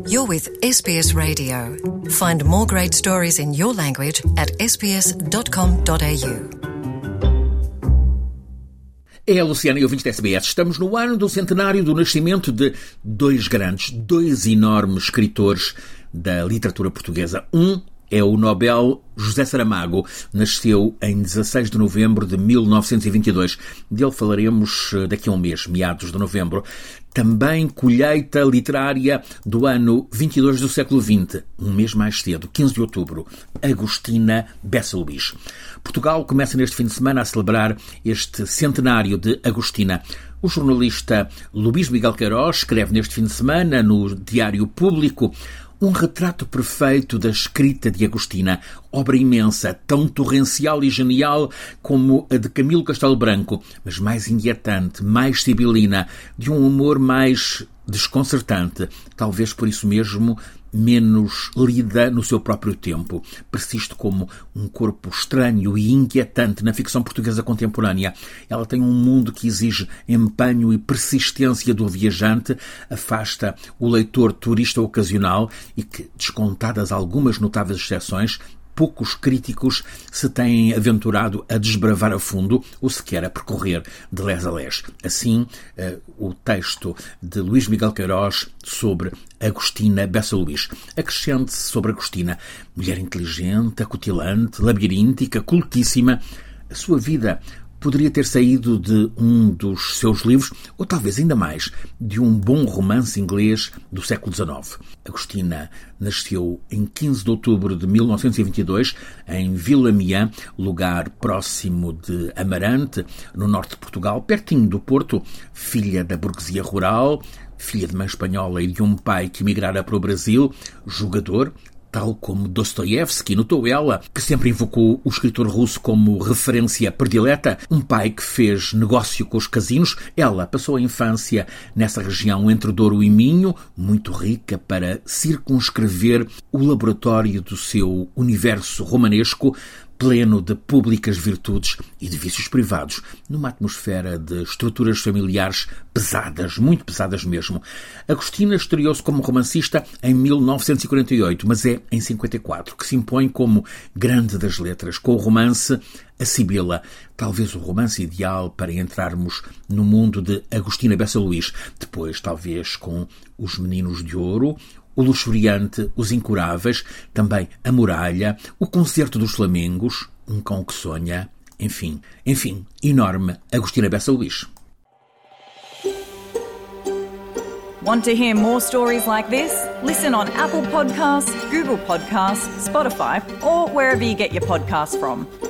You're with SBS Radio. Find more great stories in your language at sbs.com.au. É a Luciana e ouvintes da SBS. Estamos no ano do centenário do nascimento de dois enormes escritores da literatura portuguesa. Um é o Nobel José Saramago. Nasceu em 16 de novembro de 1922. Dele falaremos daqui a um mês, meados de novembro. Também colheita literária do ano 22 do século XX, um mês mais cedo, 15 de outubro, Agostina Bessa Luís. Portugal começa neste fim de semana a celebrar este centenário de Agostina. O jornalista Luís Miguel Queiroz escreve neste fim de semana no Diário Público um retrato perfeito da escrita de Agostina, obra imensa, tão torrencial e genial como a de Camilo Castelo Branco, mas mais inquietante, mais sibilina, de um humor mais desconcertante, talvez por isso mesmo menos lida no seu próprio tempo. Persiste como um corpo estranho e inquietante na ficção portuguesa contemporânea. Ela tem um mundo que exige empenho e persistência do viajante, afasta o leitor turista ocasional e que, descontadas algumas notáveis exceções, poucos críticos se têm aventurado a desbravar a fundo ou sequer a percorrer de les a les. Assim, o texto de Luís Miguel Queiroz sobre Agostina Bessa Luís. Acrescente-se sobre Agostina, mulher inteligente, acutilante, labiríntica, cultíssima. A sua vida poderia ter saído de um dos seus livros, ou talvez ainda mais, de um bom romance inglês do século XIX. Agostina nasceu em 15 de outubro de 1922, em Vilamiã, lugar próximo de Amarante, no norte de Portugal, pertinho do Porto, filha da burguesia rural, filha de mãe espanhola e de um pai que emigrara para o Brasil, jogador, tal como Dostoiévski, notou ela, que sempre invocou o escritor russo como referência predileta, um pai que fez negócio com os casinos. Ela passou a infância nessa região entre Douro e Minho, muito rica para circunscrever o laboratório do seu universo romanesco, pleno de públicas virtudes e de vícios privados, numa atmosfera de estruturas familiares pesadas, muito pesadas mesmo. Agostina estreou-se como romancista em 1948, mas é em 54 que se impõe como grande das letras, com o romance A Sibila, talvez o romance ideal para entrarmos no mundo de Agostina Bessa Luís. Depois, talvez, com Os Meninos de Ouro, O Luxuriante, Os Incuráveis, também A Muralha, O Concerto dos Flamengos, Um Cão que Sonha, enfim, enorme Agostina Bessa Luís. Want to hear more stories like this? Listen on Apple Podcasts, Google Podcasts, Spotify, or wherever you get your podcasts from.